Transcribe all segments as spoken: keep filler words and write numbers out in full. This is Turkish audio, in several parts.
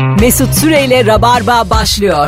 Mesut Süreyle Rabarba başlıyor.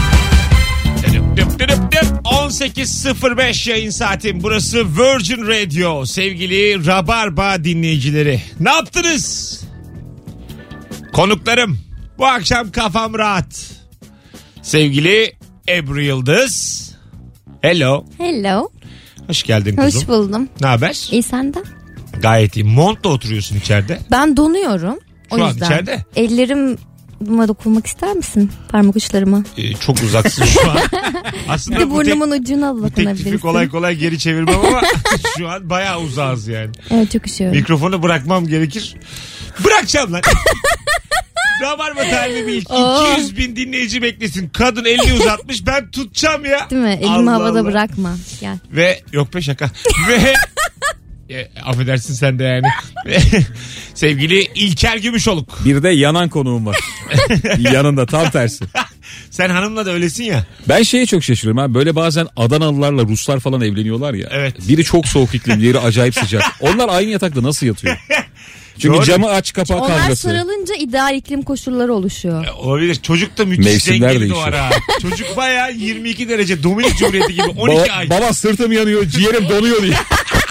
on sekiz sıfır beş yayın saatim. Burası Virgin Radio. Sevgili Rabarba dinleyicileri. Ne yaptınız? Konuklarım. Bu akşam kafam rahat. Sevgili Ebru Yıldız. Hello. Hello. Hoş geldin kızım. Hoş buldum. Ne haber? İyi senden? Gayet iyi. Montla oturuyorsun içeride. Ben donuyorum. O Şu an yüzden. içeride. Ellerime dokunmak ister misin? Parmak uçlarıma. Ee, çok uzaksın şu an. Aslında Bir de bu burnumun tek- ucuna Bu teklifi dokunabilirsin. kolay kolay geri çevirmem ama şu an bayağı uzağız yani. Evet, çok üşüyorum. Mikrofonu bırakmam gerekir. Bırakacağım lan. Rabarba tarihi bir ilk. Oh. iki yüz bin dinleyici beklesin. Kadın elini uzatmış, ben tutacağım ya. Değil mi? Elimi Allah havada Allah. bırakma. Gel. Ve yok be şaka. Ve e, affedersin sen de yani. Sevgili İlker Gümüşoluk. Bir de yanan konuğum var. Yanında tam tersi. Sen hanımla da öylesin ya. Ben şeye çok şaşırıyorum abi. Böyle bazen Adanalılarla Ruslar falan evleniyorlar ya. Evet. Biri çok soğuk iklim, diğeri acayip sıcak. Onlar aynı yatakta nasıl yatıyor? Çünkü Doğru. camı aç kapa Onlar kavgası. sarılınca ideal iklim koşulları oluşuyor. E, olabilir. Çocuk da müthiş Mevsimler dengeli değişiyor. doğar ha. Çocuk bayağı yirmi iki derece Dominik Cumhuriyeti gibi on iki Baba, ay. baba sırtım yanıyor, ciğerim donuyor diye.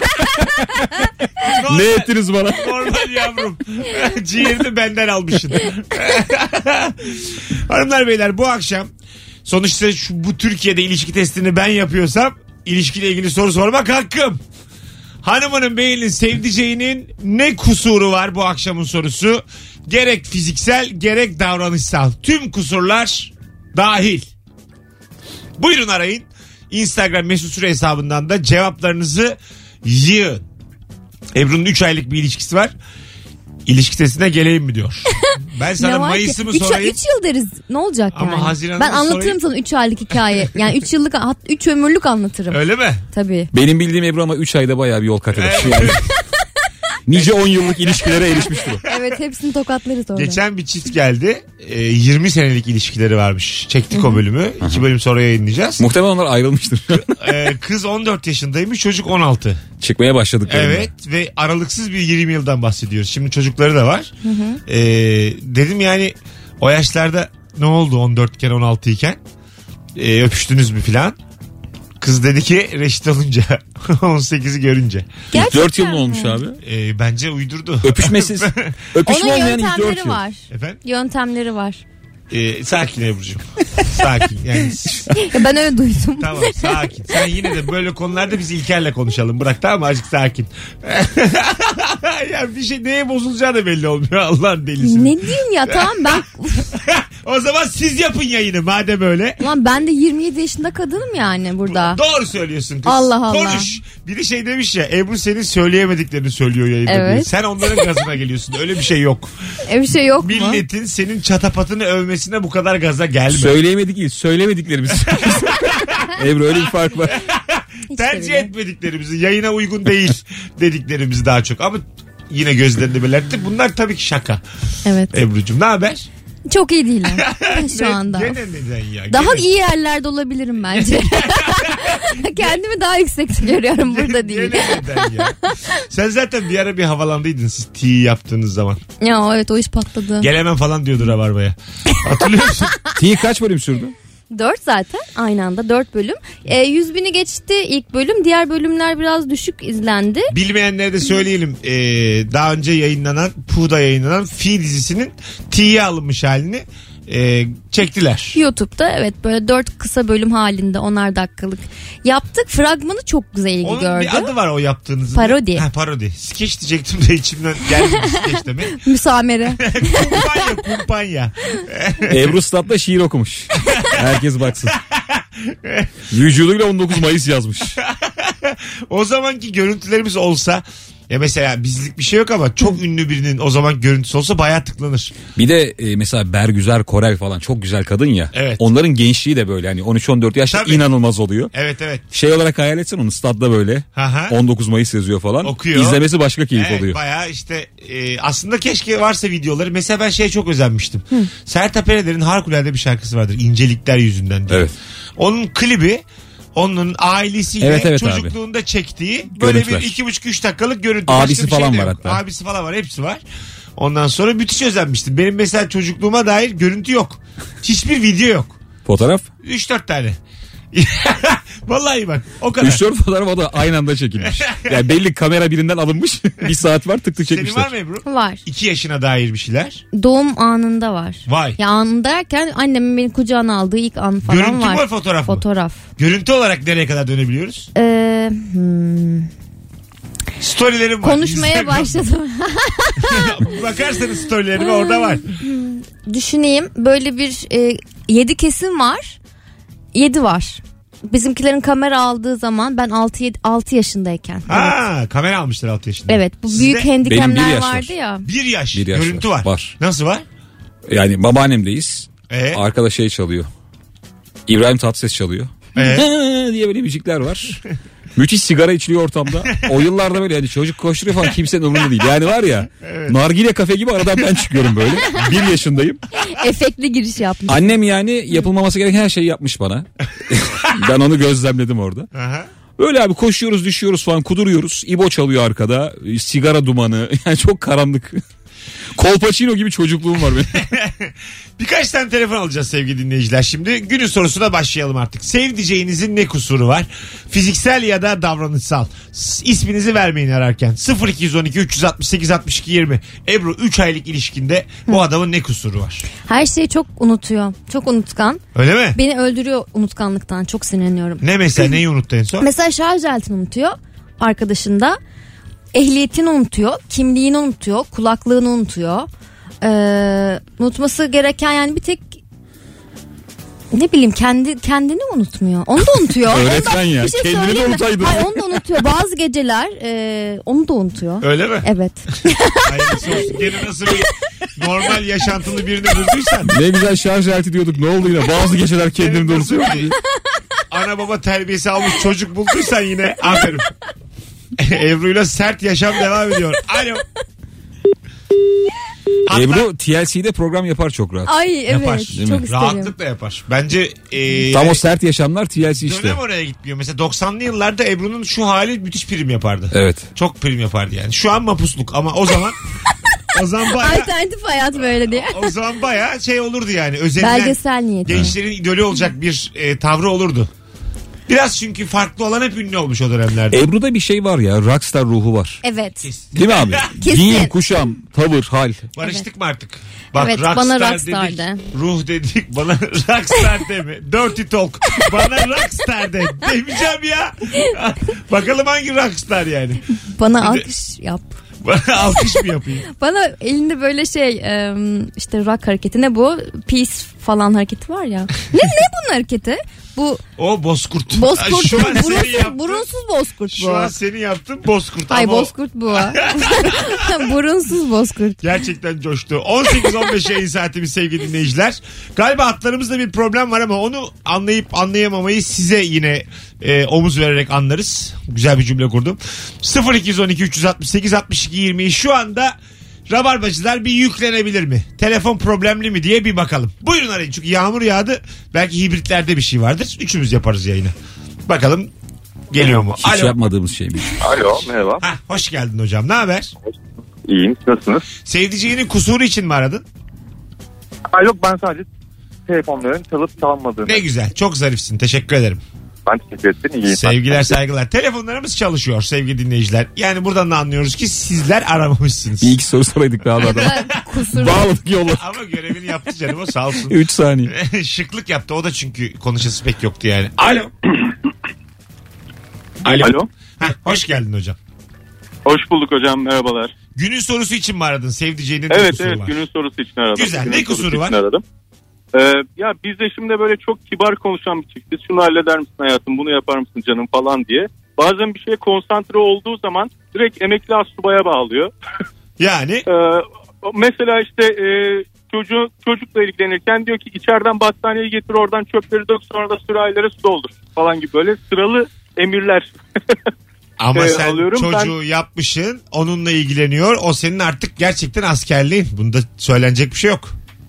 Ne ettiniz bana? Normal yavrum. Ciğerini benden almışsın. Hanımlar beyler, bu akşam sonuçta şu, bu Türkiye'de ilişki testini ben yapıyorsam ilişkiyle ilgili soru sormak hakkım. Hanımının beynin sevdiceğinin ne kusuru var bu akşamın sorusu. Gerek fiziksel gerek davranışsal. Tüm kusurlar dahil. Buyurun arayın. Instagram Mesut Süre hesabından da cevaplarınızı yığın. Ebru'nun üç aylık bir ilişkisi var. İlişki testine geleyim mi diyor. Ben sana Mayıs'ı mı sorayım? üç yıl deriz. Ne olacak Ama yani? Haziran'da Ben anlatırım sorayım. sana üç aylık hikaye. Yani üç yıllık, üç ömürlük anlatırım. Öyle mi? Tabii. Benim bildiğim Ebru ama üç ayda bayağı bir yol kat eder. Yani nice on yıllık ilişkilere erişmiştir o. Evet, hepsini tokatlarız orada. Geçen bir çift geldi. E, yirmi senelik ilişkileri varmış. Çektik o bölümü. İki bölüm sonra yayınlayacağız. Muhtemelen onlar ayrılmıştır. E, kız on dört yaşındaymış, çocuk on altı. Çıkmaya başladık. Evet ve aralıksız bir yirmi yıldan bahsediyoruz. Şimdi çocukları da var. E, dedim yani o yaşlarda ne oldu on dört iken on altı iken? E, öpüştünüz mü filan? Kız dedi ki reşit olunca on sekizi görünce. Gerçekten dört yıl mı mi? olmuş abi? E, bence uydurdu. Öpüşmesiz. Öpüşme Onun olmayan ilk dört yöntemleri yıl. var. Efendim? Yöntemleri var. E, sakin Ebru'cum. Sakin. Yani Ya ben öyle duydum. tamam, sakin. Sen yine de böyle konularda biz İlker'le konuşalım. Bırak, tamam mı? Azıcık sakin. Ya bir şey neye bozulacağı da belli olmuyor Allah'ın delisi. Ne diyeyim ya, tamam ben O zaman siz yapın yayını madem öyle. ulan ben de yirmi yedi yaşında kadınım yani burada. Doğru söylüyorsun kız. Allah Allah. Konuş. Biri şey demiş ya, Ebru senin söyleyemediklerini söylüyor yayında. Evet. diye. Sen onların gazına geliyorsun. Öyle bir şey yok. E bir şey yok mu? Milletin senin çatapatını övmesine bu kadar gaza gelme. Söyleyemedik değil, söylemediklerimiz. Ebru öyle bir fark var. Hiç de Tercih bile. etmediklerimizi, yayına uygun değil dediklerimizi daha çok. Ama yine gözlerinde belirtti. Bunlar tabii ki şaka. Evet. Ebru'cum ne haber? Çok iyi değilim şu Ne- anda. Gene neden ya? Daha Gene- iyi yerlerde olabilirim bence. Kendimi daha yüksek görüyorum, burada değil. Gene neden ya? Sen zaten bir ara bir havalandıydın siz T yaptığınız zaman. Ya evet, o iş patladı. Gelemem falan diyordu Rabarba'ya. Hatırlıyor musun? T kaç bölüm sürdü? Dört zaten aynı anda dört bölüm. E, yüz bini geçti ilk bölüm. Diğer bölümler biraz düşük izlendi. Bilmeyenlere de söyleyelim. Ee, daha önce yayınlanan, Puh'da yayınlanan Fi dizisinin T'ye alınmış halini e, çektiler. YouTube'da evet böyle dört kısa bölüm halinde onar dakikalık yaptık. Fragmanı çok güzel ilgi Onun gördü. bir adı var o yaptığınızın. Parodi. Ha, parodi. Skeç diyecektim de içimden geldi skeç demek. Müsamere. Kumpanya kumpanya. Ebru Stat'ta şiir okumuş. Herkes baksın. Vücuduyla on dokuz Mayıs yazmış. O zamanki görüntülerimiz olsa, ya mesela bizlik bir şey yok ama çok ünlü birinin o zaman görüntüsü olsa bayağı tıklanır. Bir de e, mesela Bergüzar Korel falan çok güzel kadın ya. Evet. Onların gençliği de böyle hani on üç on dört yaşta Tabii. inanılmaz oluyor. Evet evet. Şey olarak hayal etsen onu stadda böyle Aha. on dokuz Mayıs yazıyor falan. Okuyor. İzlemesi başka keyif Evet, oluyor. bayağı işte e, aslında keşke varsa videoları. Mesela ben şeye çok özenmiştim. Sertab Erener'in harikulade bir şarkısı vardır. İncelikler yüzünden diye. Evet. Onun klibi onun ailesiyle Evet, evet çocukluğunda çektiği böyle Görüntüler. bir iki buçuk üç dakikalık görüntü. Abisi Başka bir falan şey de var yok. hatta. Abisi falan var, hepsi var. Ondan sonra müthiş özenmiştim. Benim mesela çocukluğuma dair görüntü yok. Hiçbir video yok. Fotoğraf? üç dört tane. Vallahi bak o kadar. üç dört fotoğraf o da aynı anda çekilmiş. Yani belli kamera birinden alınmış. Bir saat var tık tık çekmişler. Senin var mı Ebru? Var. iki yaşına dair bir şeyler. Doğum anında var. Vay. Ya anında derken annemin beni kucağına aldığı ilk an falan Görüntü var. mü var, fotoğraf mı? Fotoğraf. Görüntü olarak nereye kadar dönebiliyoruz? Ee, hmm. Storylerim var. Konuşmaya Instagram'da. başladım. Bakarsanız storylerime orada var. Düşüneyim, böyle bir e, yedi kesim var. yedi var. Bizimkilerin kamera aldığı zaman ben altı yaşındayken. Ha, evet. Kamera almışlar altı yaşında. Evet, bu Sizde büyük Benim bir handikemler yaş vardı var. ya. bir yaş, Bir yaş görüntü var. var. Var. Nasıl var? Yani babaannemdeyiz. Ee? Arkada şey çalıyor. İbrahim Tatlıses çalıyor. Ee? diye böyle müzikler var. Müthiş sigara içiliyor ortamda. O yıllarda böyle yani çocuk koşturuyor falan, kimsenin umurunda değil. Yani var ya, evet. Nargile kafe gibi aradan ben çıkıyorum böyle. Bir yaşındayım. Efektli giriş yapmış. Annem yani yapılmaması gereken her şeyi yapmış bana. Ben onu gözlemledim orada. Aha. Böyle abi koşuyoruz, düşüyoruz falan, kuduruyoruz. İbo çalıyor arkada. Sigara dumanı. Yani çok karanlık. Kolpaçino gibi çocukluğum var benim. Birkaç tane telefon alacağız sevgili dinleyiciler. Şimdi günün sorusuna başlayalım artık. Sevdiceğinizin ne kusuru var? Fiziksel ya da davranışsal. S- İsminizi vermeyin ararken. sıfır iki on iki üç altı sekiz altmış iki yirmi. Ebru, üç aylık ilişkinde bu adamın ne kusuru var? Her şeyi çok unutuyor. Çok unutkan. Öyle mi? Beni öldürüyor unutkanlıktan. Çok sinirleniyorum. Ne mesela, neyi unuttu en son? Mesela şarj aletini unutuyor arkadaşında. Ehliyetini unutuyor. Kimliğini unutuyor. Kulaklığını unutuyor. Ee, unutması gereken yani bir tek ne bileyim kendi kendini unutmuyor. Onu da unutuyor. Öğretmen Onu da, ya. bir şey Kendini de söyleyeyim mi? unutaydın. Hayır, onu da unutuyor. Bazı geceler e, onu da unutuyor. Öyle mi? Evet. Hayırlısı olsun. Gene nasıl bir normal yaşantılı birini bulduysan. Ne güzel şarj aleti diyorduk, ne oldu yine? Bazı geceler kendimi de unutuyorum. Ana baba terbiyesi almış çocuk bulduysan yine aferin. Ebru'yla sert yaşam devam ediyor. Alo. Hatta Ebru T L C'de program yapar çok rahat. Ay evet. yapar, Çok değil mi? isterim. rahatlıkla yapar. Bence e, Tam o sert yaşamlar T L C işte. dönem oraya gitmiyor. Mesela doksanlı yıllarda Ebru'nun şu hali müthiş prim yapardı. Evet. Çok prim yapardı yani. Şu an mapusluk ama o zaman o zaman baya Alternatif hayat böyle diye. o zaman baya şey olurdu yani. Özenilen, Belgesel niyeti. gençlerin idolü olacak bir e, tavrı olurdu. Biraz çünkü farklı olan hep ünlü olmuş o dönemlerde. Ebru'da bir şey var ya, rockstar ruhu var. Evet. Kesin. Değil mi abi? Kesin. Giyim, kuşam, tavır, hal. Barıştık mı artık? Bak, Evet, rockstar bana rockstar dedik, de. ruh dedik, bana rockstar deme. Dirty talk. Bana rockstar de. Demeyeceğim ya. Bakalım hangi rockstar yani. Bana Bir de- alkış yap. Bana alkış mı yapayım? Bana elinde böyle şey e, işte rock hareketi, ne bu? Peace falan hareketi var ya. Ne ne bunun hareketi? Bu O bozkurt. bozkurt. Şu an seni Burunsuz, yaptım. burunsuz bozkurt bu. Şu an seni yaptım bozkurt. Ay ama o bozkurt bu. Burunsuz bozkurt. gerçekten coştu. on sekiz on beş yayın saatimiz sevgili dinleyiciler. Galiba hatlarımızda bir problem var ama onu anlayıp anlayamamayı size yine e, omuz vererek anlarız. Güzel bir cümle kurdum. sıfır iki on iki üç altı sekiz altmış iki yirmi şu anda Rabarbacılar bir yüklenebilir mi? Telefon problemli mi diye bir bakalım. Buyurun arayın çünkü yağmur yağdı. Belki hibritlerde bir şey vardır. Üçümüz yaparız yayını. Bakalım geliyor mu? Hiç yapmadığımız şey mi? Alo, merhaba. Hah, hoş geldin hocam. Ne haber? İyiyim, nasılsınız? Sevdiceğinin kusuru için mi aradın? Aa, yok, ben sadece telefonların çalıp çalmadığını. Ne güzel. Çok zarifsin. Teşekkür ederim. Ben teşekkür ettim. İyiyim. Sevgiler saygılar. Telefonlarımız çalışıyor sevgili dinleyiciler. Yani buradan da anlıyoruz ki sizler aramamışsınız. Bir iki soru soraydık daha da adam. Kusur. Bağladık yolla. Ama görevini yaptı canım o sağ olsun. üç saniye. Şıklık yaptı. O da çünkü konuşası pek yoktu yani. Alo. Alo. Alo. Heh, hoş geldin hocam. Hoş bulduk hocam, merhabalar. Günün sorusu için mi aradın? Sevdiceğinin ne Evet kusuru evet var? günün sorusu için aradım. Güzel, Günün ne kusuru sorusu var? için Aradım. Ee, ya biz de şimdi böyle çok kibar konuşan bir çiftiz. Şunu halleder misin hayatım, bunu yapar mısın canım falan diye. Bazen bir şeye konsantre olduğu zaman direkt emekli astsubaya bağlıyor. Yani Ee, mesela işte e, çocuğu, çocukla ilgilenirken diyor ki içeriden battaniyeyi getir, oradan çöpleri dök, sonra da sürahilere su doldur falan gibi böyle sıralı emirler. ama Ee, sen alıyorum. çocuğu yapmışsın, onunla ilgileniyor. O senin artık gerçekten askerliğin. Bunda söylenecek bir şey yok.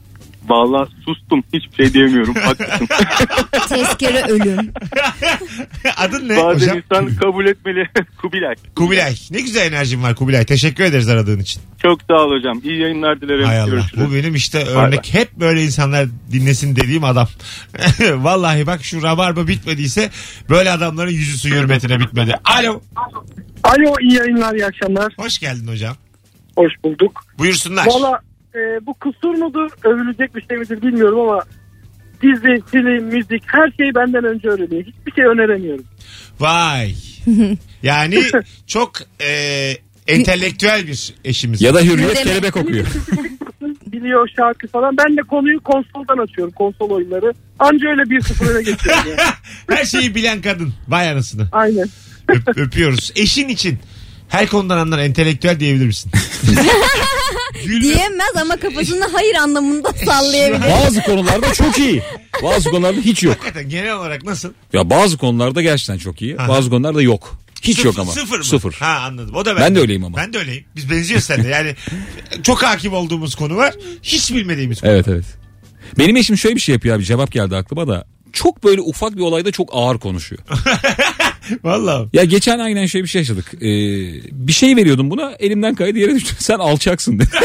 Vallahi sustum. Hiçbir şey diyemiyorum. Haklısın. Tezkere ölüm. Adın ne Bazen hocam? insan kabul etmeli. Kubilay. Kubilay. Ne güzel enerjin var Kubilay. Teşekkür ederiz aradığın için. Çok sağ ol hocam. İyi yayınlar dilerim. Hay Allah. Görüşürüz. Bu benim işte Bay örnek. bay. Hep böyle insanlar dinlesin dediğim adam. Vallahi bak şu rabarba bitmediyse böyle adamların yüzü su hürmetine bitmedi. Alo. Alo, iyi yayınlar, iyi akşamlar. Hoş geldin hocam. Hoş bulduk. Buyursunlar. Valla e, bu kusur mudur, övülecek bir şey midir bilmiyorum ama dizi, film, müzik her şeyi benden önce öğreniyor. Hiçbir şey öneremiyorum. Vay. Yani çok e, entelektüel bir eşimiz. Ya da Hürriyet Demek. kelebek okuyor. Biliyor şarkı falan. Ben de konuyu konsoldan açıyorum, konsol oyunları. Anca öyle bir sıfır öne geçiyorum yani. Her şeyi bilen kadın. Vay anasını. Aynen. Öp- öpüyoruz. Eşin için her konudan anlar entelektüel diyebilir misin? Gülme. Diyemez ama kafasını hayır anlamında sallayabilir. Bazı konularda çok iyi. Bazı konularda hiç yok. Hakikaten genel olarak nasıl? Ya bazı konularda gerçekten çok iyi. Aha. Bazı konularda yok. Hiç Sıfır- yok ama. Sıfır mı? Sıfır. Ha anladım. O da ben. Ben de öyleyim ama. Ben de öyleyim. Biz benziyoruz seninle. Yani çok hakim olduğumuz konu var. Hiç bilmediğimiz konu. Evet evet. Benim eşim şöyle bir şey yapıyor abi, cevap geldi aklıma da. Çok böyle ufak bir olayda çok ağır konuşuyor. Vallahi. Ya geçen aynen şöyle bir şey yaşadık. Ee, bir şey veriyordum buna, elimden kaydı yere düştü. Sen alçaksın dedi.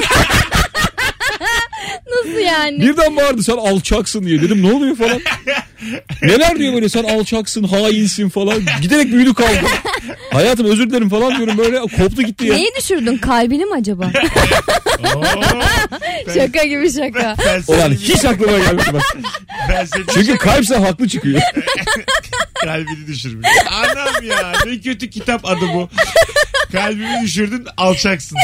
Nasıl yani? Birden bağırdı, sen alçaksın diye. Dedim ne oluyor falan. Neler diyor böyle, sen alçaksın, hainsin falan. Giderek büyüdü kaldı. Hayatım özür dilerim falan diyorum, böyle koptu gitti ya. Neyi düşürdün? Kalbini mi acaba? Oo, ben- Şaka gibi şaka. ben seni- Ulan hiç aklıma gelmedi bak. ben seni Çünkü kalpse haklı çıkıyor. kalbini düşürmüş. Anam ya ne kötü kitap adı bu. Kalbimi düşürdün alçaksın.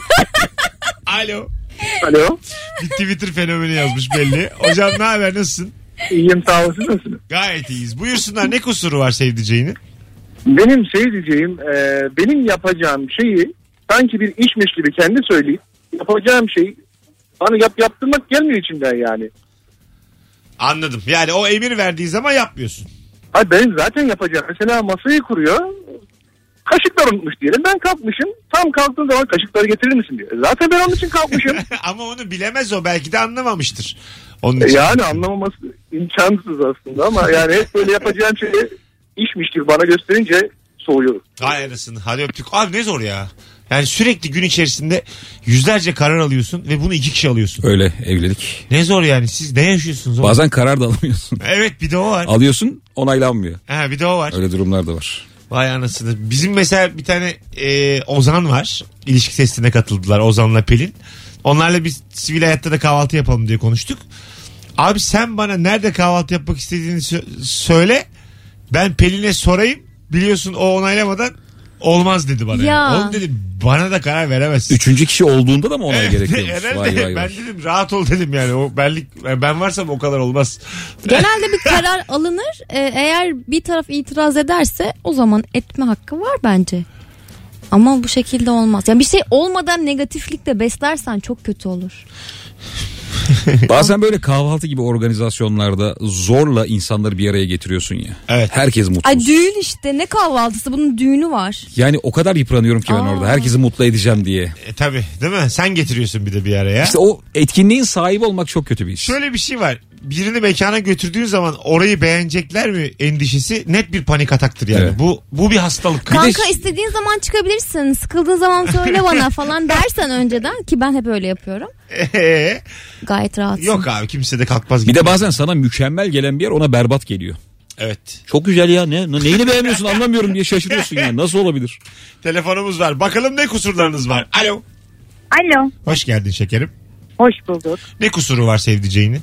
Alo. Alo. Bir Twitter fenomeni yazmış belli. Hocam ne haber, nasılsın? İyiyim, sağ olasın, nasılsınız? Gayet iyiyiz. Buyursunlar, ne kusuru var sevdiceğinin? Benim şey diyeceğim, e, benim yapacağım şeyi sanki bir işmiş gibi kendi söyleyip yapacağım şeyi bana yap yaptırmak gelmiyor içimden yani. Anladım. Yani o emir verdiği zaman yapmıyorsun. Hayır, ben zaten yapacağım. Mesela masayı kuruyor. Kaşıklar unutmuş diyelim. Ben kalkmışım. Tam kalktığım zaman kaşıkları getirir misin diyor. Zaten ben onun için kalkmışım. Ama onu bilemez o. Belki de anlamamıştır. Onun için. Yani anlamaması imkansız aslında ama yani hep böyle yapacağım şeyi işmiş gibi bana gösterince soğuyorum. Hay arasını. Hadi öptük. Abi ne zor ya. Yani sürekli gün içerisinde yüzlerce karar alıyorsun ve bunu iki kişi alıyorsun. Öyle evlilik. Ne zor yani. Siz ne yaşıyorsunuz? oğlum? Bazen karar da alamıyorsun. Evet, bir de o var. Alıyorsun, onaylanmıyor. Ha, bir de o var. Öyle durumlar da var. Vay anasını. Bizim mesela bir tane e, Ozan var. İlişki testine katıldılar Ozan'la Pelin. Onlarla biz sivil hayatta da kahvaltı yapalım diye konuştuk. Abi sen bana nerede kahvaltı yapmak istediğini sö- söyle. Ben Pelin'e sorayım. Biliyorsun o onaylamadan olmaz dedi bana. Ya. Oğlum dedim, bana da karar veremezsin. Üçüncü kişi olduğunda da mı onay Evet, gerekiyormuş? herhalde. Vay vay Ben vay. dedim rahat ol dedim yani. O benlik, ben varsam o kadar olmaz. Genelde bir karar alınır. Ee, eğer bir taraf itiraz ederse o zaman etme hakkı var bence. Ama bu şekilde olmaz. Yani bir şey olmadan negatiflikle beslersen çok kötü olur. Bazen böyle kahvaltı gibi organizasyonlarda zorla insanları bir araya getiriyorsun ya. Evet. Herkes mutsuz. Ay düğün işte, ne kahvaltısı, bunun düğünü var. Yani o kadar yıpranıyorum ki ben Aa. orada. Herkesi mutlu edeceğim diye. E, tabii değil mi? Sen getiriyorsun bir de bir araya. İşte o etkinliğin sahibi olmak çok kötü bir iş. Şöyle bir şey var. Birini mekana götürdüğün zaman orayı beğenecekler mi endişesi net bir panik ataktır yani. Evet. Bu bu bir hastalık. Kanka istediğin zaman çıkabilirsin. Sıkıldığın zaman söyle bana falan dersen önceden, ki ben hep öyle yapıyorum. Ee, Gayet rahatsın. yok abi, kimse de kalkmaz. Bir de gitmez. bazen sana mükemmel gelen bir yer ona berbat geliyor. Evet. Çok güzel ya, ne neyini beğenmiyorsun anlamıyorum diye şaşırıyorsun ya. Nasıl olabilir? Telefonumuz var. Bakalım ne kusurlarınız var. Alo. Alo. Hoş geldin şekerim. Hoş bulduk. Ne kusuru var sevdiceğinin?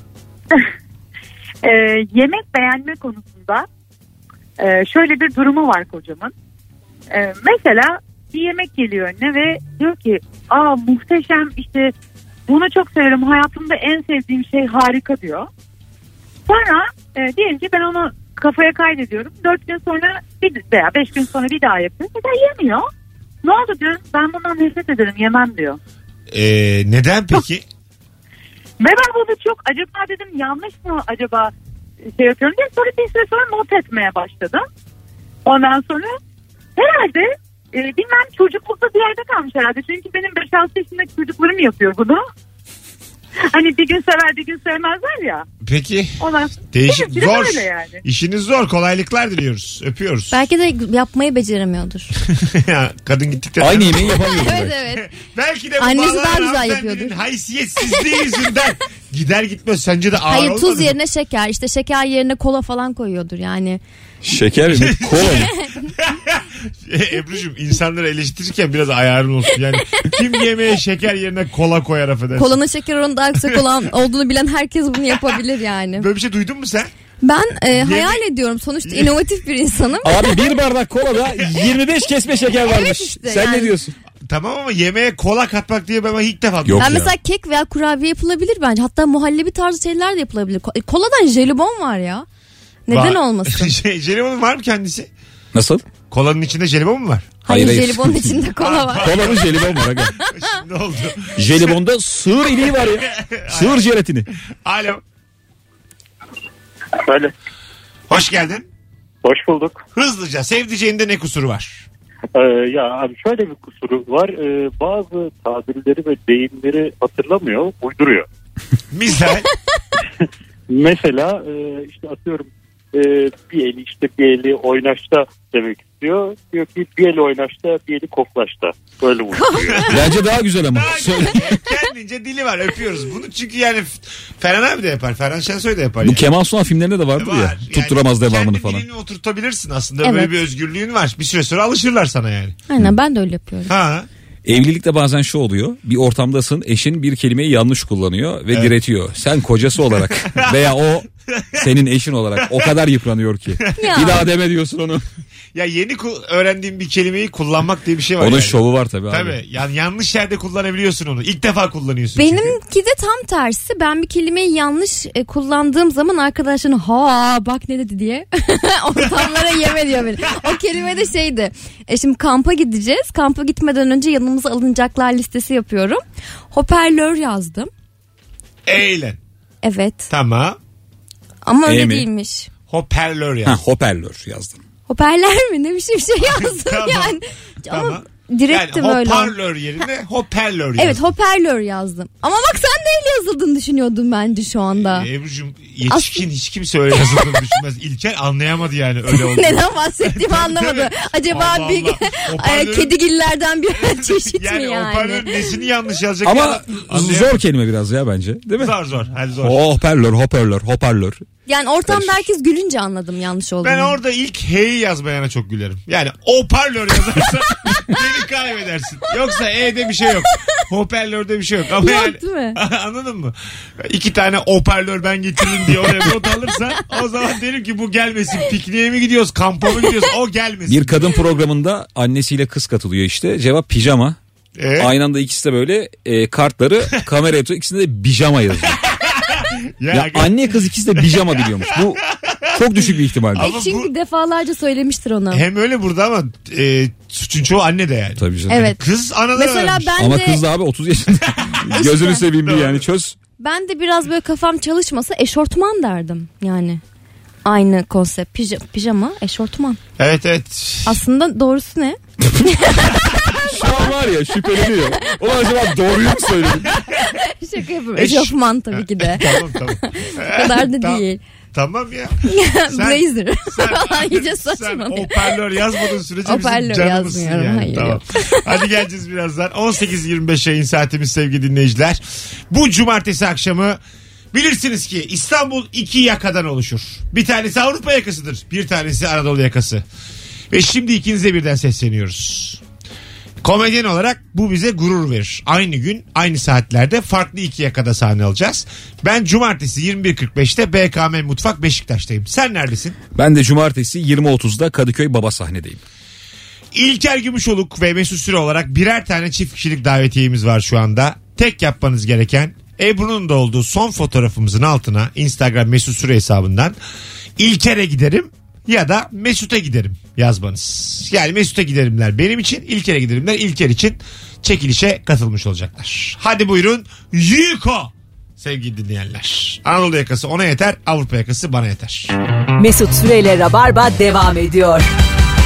Ee, yemek beğenme konusunda e, şöyle bir durumu var kocamın. Ee, mesela bir yemek geliyor önüne ve diyor ki aa muhteşem, işte bunu çok severim, hayatımda en sevdiğim şey, harika diyor. Sonra e, diyelim ki ben onu kafaya kaydediyorum. Dört gün sonra bir veya beş gün sonra bir daha yapıyor. Mesela yemiyor. Ne oldu diyorum, ben bundan nefret ederim, yemem diyor. Ee, neden peki? Ve ben bunu çok acaba dedim, yanlış mı acaba şey yapıyorum diye, sonra bir süre sonra not etmeye başladım. Ondan sonra herhalde e, bilmem çocuklukta bir yerde kalmış herhalde. Çünkü benim beş altı yaşındaki çocuklarım yapıyor bunu. Hani bir gün sever bir gün sevmezler ya. Peki. Ona Değişik, Benimki de zor. öyle yani. İşiniz zor. Kolaylıklar diliyoruz. Öpüyoruz. Belki de yapmayı beceremiyordur. Ya, kadın gittikten Aynı yemeği yapamıyorum evet ben. evet. Belki de bu Annesi bağlanan daha güzel hanımefendinin yapıyordur. haysiyetsizliği yüzünden gider gitmez sence de ağır Hayır olmadı tuz mı? yerine şeker. İşte şeker yerine kola falan koyuyordur yani. Şeker mi? Kola mı? E, Ebru'cum insanları eleştirirken biraz ayarın olsun. Yani kim yemeğe şeker yerine kola koyar affedersin. Kolanın şeker oranı daha yüksek olan olduğunu bilen herkes bunu yapabilir yani. Böyle bir şey duydun mu sen? Ben e, hayal ediyorum. Sonuçta inovatif bir insanım. Abi bir bardak kolada yirmi beş kesme şeker varmış. Evet işte Sen yani. ne diyorsun? Tamam ama yemeğe kola katmak diye ben ilk defa Yok duydum. Yani ya. mesela kek veya kurabiye yapılabilir bence. Hatta muhallebi tarzı şeyler de yapılabilir. Ko- Koladan jelibon var ya. Neden Va- olmasın? Şey, jelibon var mı kendisi? Nasıl? Kolanın içinde jelibon mu var? Hayır, Hayır, hayır. jelibonun içinde kola var. Kolanın jelibon var. Aga. Şimdi oldu. Jelibonda sığır iliği var ya. Sığır jelatini. Alo. Öyle. Hoş geldin. Hoş bulduk. Hızlıca sevdiceğinde ne kusuru var? Ee, ya abi şöyle bir kusuru var. Ee, bazı tabirleri ve deyimleri hatırlamıyor, uyduruyor. Misal. Mesela e, işte atıyorum e, bir eli işte bir eli oynaşta demek istiyor. Diyor ki bir eli oynaşta bir eli koklaşta. Böyle uyduruyor. Bence daha güzel ama. Söyle. Kendince dili var öpüyoruz. Bunu çünkü yani Ferhan abi de yapar. Ferhan Şensoy da yapar. Bu yani. Kemal Sunal filmlerinde de vardır Var. ya. Tutturamaz Yani devamını kendi falan. dilini oturtabilirsin aslında. Evet. Böyle bir özgürlüğün var. Bir süre sonra alışırlar sana yani. Aynen ben de öyle yapıyorum. Ha. Evlilikte bazen şu oluyor. Bir ortamdasın, eşin bir kelimeyi yanlış kullanıyor ve Evet. diretiyor. Sen kocası olarak veya o senin eşin olarak o kadar yıpranıyor ki. Ya. Bir daha deme diyorsun onu. Ya yeni ku- öğrendiğim bir kelimeyi kullanmak diye bir şey var. Onun yani. şovu var tabii abi. Tabii. Yani yanlış yerde kullanabiliyorsun onu. İlk defa kullanıyorsun. çünkü. Benimki de tam tersi. Ben bir kelimeyi yanlış e, kullandığım zaman arkadaşlarım ha bak ne dedi diye ortamlara yeme diyor beni. O kelime de şeydi. E şimdi kampa gideceğiz. Kampa gitmeden önce yanımıza alınacaklar listesi yapıyorum. Hoparlör yazdım. Eğlen. Evet. Tamam. Ama öyle E mi? değilmiş. Hoparlör Ha, yani. hoparlör yazdım. Hoparlör mü? Ne biçim şey yazdım Tamam. yani. Tamam. Ama direktim yani öyle. hoparlör yerine hoparlör yazdım. Evet hoparlör yazdım. Ama bak sen de el yazıldığını düşünüyordun bence şu anda. Ee, Ebru'cum yetişkin hiç kimse öyle yazıldığını düşünmez. İlker anlayamadı yani öyle oldu. Neden bahsettiğimi anlamadı. Acaba Allah bir Allah. Hoparlörün- kedigillerden bir çeşit yani mi yani? hoparlörün nesini yanlış yazacak Ama ya? Anlayamadım. zor kelime biraz ya bence. Değil mi? Zor zor. Hadi zor. Hoparlör, hoparlör, hoparlör. Yani ortamda Karışık. herkes gülünce anladım yanlış olduğunu. Ben orada ilk H'yi yazmayana çok gülerim. Yani hoparlör yazarsa beni kaybedersin. Yoksa E'de bir şey yok. Hoparlörde bir şey yok. Ama Yok, yani, değil mi? anladın mı? İki tane hoparlör ben getirdim diye oraya not alırsa o zaman derim ki bu gelmesin. Pikniğe mi gidiyoruz? Kampa mı gidiyoruz? O gelmesin. Bir kadın programında annesiyle kız katılıyor işte. Cevap pijama. Ee? Aynı anda ikisi de böyle e, kartları kameraya tutuyor. İkisinde de pijama yazıyor. Ya, Ya anne kız ikisi de pijama biliyormuş. Bu çok düşük bir ihtimal. E Ama çünkü bu- defalarca söylemiştir onu. hem öyle burada ama e, suçun çoğu anne de yani. Tabii canım. Evet. Kız anadan Mesela öğrenmiş. ben Ama de kız da abi otuz yaşında. Gözünü seveyim bir yani çöz. ben de biraz böyle kafam çalışmasa eşortman derdim yani. Aynı konsept pijama, pijama eşortman. Evet evet. Aslında doğrusu ne? Şu an var ya şüpheleniyor. Ulan acaba doğruyu mu söyledim? Şaka yapıyorum. Eş- Eşofman tabii ki de. Tamam tamam. O kadar da Tamam. değil. Tamam ya. Sen- Blazer. Sen, İyice sen saçmalıyor. hoparlör yazmadığın sürece Hoparlör bizim canımızsın yazmıyorum, yani. hayır, Tamam. yok. Hadi geleceğiz birazdan. on sekiz yirmi beş yayın saatimiz sevgili dinleyiciler. Bu cumartesi akşamı bilirsiniz ki İstanbul iki yakadan oluşur. Bir tanesi Avrupa yakasıdır. Bir tanesi Anadolu yakası. Ve şimdi ikinize birden sesleniyoruz. Komedyen olarak bu bize gurur verir. Aynı gün aynı saatlerde farklı iki yakada sahne alacağız. Ben cumartesi yirmi bir kırk beşte B K M Mutfak Beşiktaş'tayım. Sen neredesin? Ben de cumartesi yirmi otuzda Kadıköy Baba sahnedeyim. İlker Gümüşoluk ve Mesut Süre olarak birer tane çift kişilik davetiyemiz var şu anda. Tek yapmanız gereken Ebru'nun da olduğu son fotoğrafımızın altına Instagram Mesut Süre hesabından İlker'e giderim ya da Mesut'a giderim yazmanız. Yani Mesut'a giderimler benim için, İlker'e giderimler İlker için çekilişe katılmış olacaklar. Hadi buyurun Yuko sevgili dinleyenler. Anadolu yakası ona yeter, Avrupa yakası bana yeter. Mesut Süreyle Rabarba devam ediyor.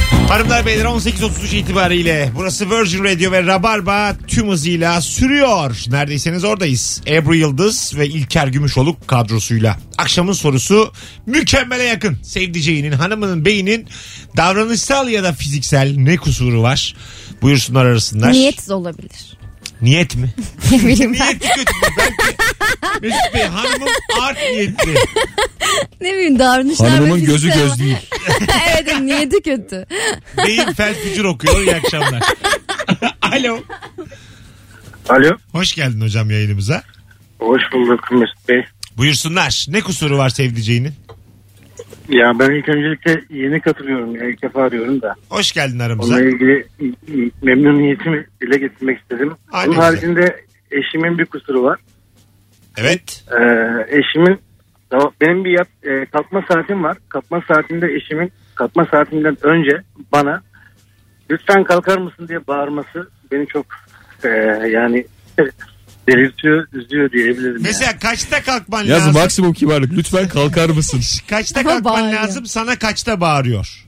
Hanımlar beyler on sekiz otuz üç itibariyle burası Virgin Radio ve Rabarba tüm hızıyla sürüyor. Neredeyseniz oradayız. Ebru Yıldız ve İlker Gümüşoluk kadrosuyla. Akşamın sorusu mükemmele yakın. Sevdiceğinin, hanımının, beyinin davranışsal ya da fiziksel ne kusuru var? Buyursunlar arasınlar. Niyet olabilir. Niyet mi? Ne bileyim ben. Niyeti kötü mü? Belki Mesut Bey hanımım art niyetli. Ne bileyim davranışlar. Hanımımın gözü göz değil. Evet, niyeti kötü. Beyin fel fücür okuyor. İyi akşamlar. Alo. Alo. Hoş geldin hocam yayınımıza. Hoş bulduk Mesut Bey. Buyursunlar. Ne kusuru var sevdiceğinin? Ya ben ilk öncelikle yeni katılıyorum. Ya, ilk defa arıyorum da. Hoş geldin aramıza. Onunla ilgili memnuniyetimi dile getirmek istedim. Aa, Bunun güzel. haricinde eşimin bir kusuru var. Evet. Ee, eşimin benim bir yat, e, kalkma saatim var. Kalkma saatimde eşimin kalkma saatinden önce bana lütfen kalkar mısın diye bağırması beni çok e, yani delirtiyor, üzüyor diyebilirim. Mesela yani. kaçta kalkman Yaz lazım? maksimum kibarlık. Lütfen kalkar mısın? Kaçta Ama kalkman bağırıyor. lazım? Sana kaçta bağırıyor?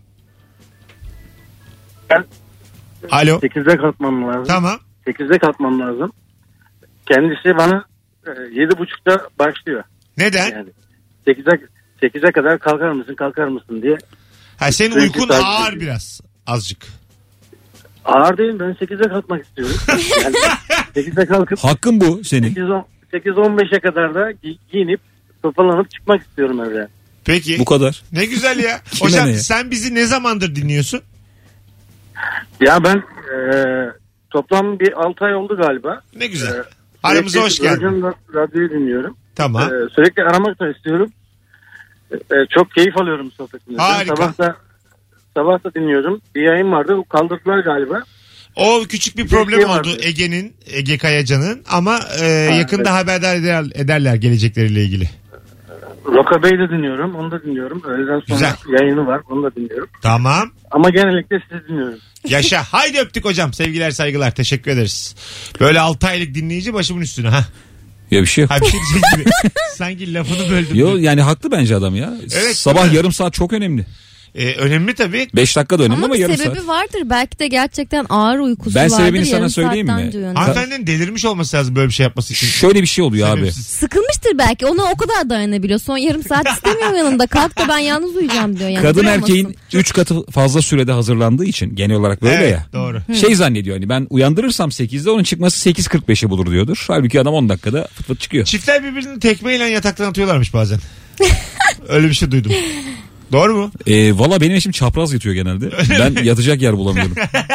Ben Alo. sekizde kalkmam lazım. Tamam. sekizde kalkmam lazım. Kendisi bana e, yedi buçukta başlıyor. Neden? Yani sekize sekize kadar kalkar mısın kalkar mısın diye. Ha, senin Sürekli uykun takip ağır ediyor. biraz. Azıcık. Ağır değil, ben sekize kalkmak istiyorum. Yani sekize kalkıp Hakkın bu senin. sekiz on beşe kadar da gi- giyinip toparlanıp çıkmak istiyorum evden. Peki. Bu kadar. Ne güzel ya. Kime Hocam ne ya? sen bizi ne zamandır dinliyorsun? Ya ben e, toplam bir altı ay oldu galiba. Ne güzel. Ee, Aramıza sürekli hoş geldin. radyo- Radyoyu dinliyorum. Tamam. Ee, sürekli aramak da istiyorum. Ee, çok keyif alıyorum sohbetinizden. Harika. Sabah da, sabah da dinliyorum. Bir yayın vardı. Kaldırdılar galiba. O küçük bir Bir problem şey oldu vardı. Ege'nin, Ege Kayacan'ın ama e, yakında evet. haberdar eder, ederler gelecekleriyle ilgili. Roka Bey'i de dinliyorum. Onu da dinliyorum. Öğleden sonra Güzel. yayını var. Onu da dinliyorum. Tamam. Ama genellikle sizi dinliyorum. Yaşa. Haydi öptük hocam. Sevgiler saygılar. Teşekkür ederiz. Böyle altı aylık dinleyici başımın üstüne. ha. Ya bir şey yok. Ha bir şey diyecek gibi. Sanki lafını böldüm. Yo, yani haklı bence adam ya. Evet, Sabah değil mi? yarım saat çok önemli. Ee, önemli tabii. beş dakika da önemli ama, Ama bir yarım sebebi saat. vardır. Belki de gerçekten ağır uykusu Ben vardır. sebebini sana yarım söyleyeyim saatten mi? uyanır. Hanımefendinin delirmiş olması lazım böyle bir şey yapması için. Şöyle bir şey oluyor abi. Sebepsiz. Sıkılmıştır belki. Ona o kadar dayanabiliyor. Son yarım saat istemiyor yanında. Kalk da ben yalnız uyuyacağım diyor. Yani Kadın duramazsın. erkeğin üç katı fazla sürede hazırlandığı için genel olarak böyle Evet, ya. doğru. Şey zannediyor hani ben uyandırırsam sekizde onun çıkması sekiz kırk beşe bulur diyordur. Halbuki adam on dakikada fıt fıt çıkıyor. Çiftler birbirini tekmeyle yataktan atıyorlarmış bazen. Öyle bir şey duydum. Doğru mu? Ee, Valla benim eşim çapraz yatıyor genelde. Ben yatacak yer bulamıyorum.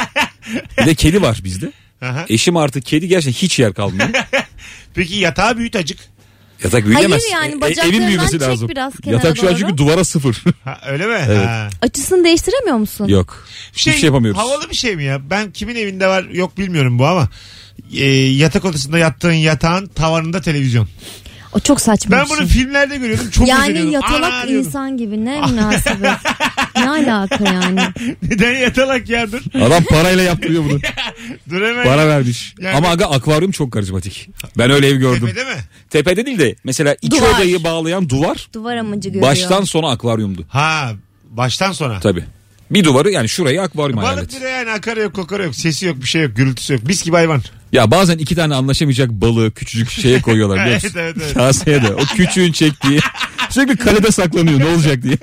Bir de kedi var bizde. Aha. Eşim artık kedi gerçekten hiç yer kalmıyor. Peki yatağı büyüt acık. Yatak büyüyemez. Hayır yani E, bacaklarından evin büyümesi çek lazım. biraz kenara Yatak şu an doğru. çünkü duvara sıfır. Ha, öyle mi? Evet. Ha. Açısını değiştiremiyor musun? Yok. Şey, Hiçbir şey yapamıyoruz. Havalı bir şey mi ya? Ben kimin evinde var yok bilmiyorum bu ama. E, yatak odasında yattığın yatağın tavanında televizyon. O çok saçma Ben bir bunu şey. filmlerde görüyordum. Çok Yani özeniyordum. yatalak Ana diyordum. insan gibi ne münasebet. Ne alaka yani? Neden yatalak ya dur. Adam parayla yaptırıyor bunu. Dur hemen. Para vermiş. Yani- Ama aga akvaryum çok karizmatik. Ben öyle ev gördüm. Tepede mi? Tepede değil de mesela iki Duvar. odayı bağlayan duvar Duvar amacı görüyor. baştan sona akvaryumdu. Ha baştan sona. Tabii. Bir duvarı yani şurayı akvaryum hayal Balık et. bile yani akarı yok kokarı yok. Sesi yok bir şey yok gürültüsü yok. Mis gibi hayvan. Ya bazen iki tane anlaşamayacak balığı küçücük şeye koyuyorlar biliyor musun? Evet, evet, evet. Kaseye de. O küçüğün çektiği. Sürekli kalede saklanıyor ne olacak diye.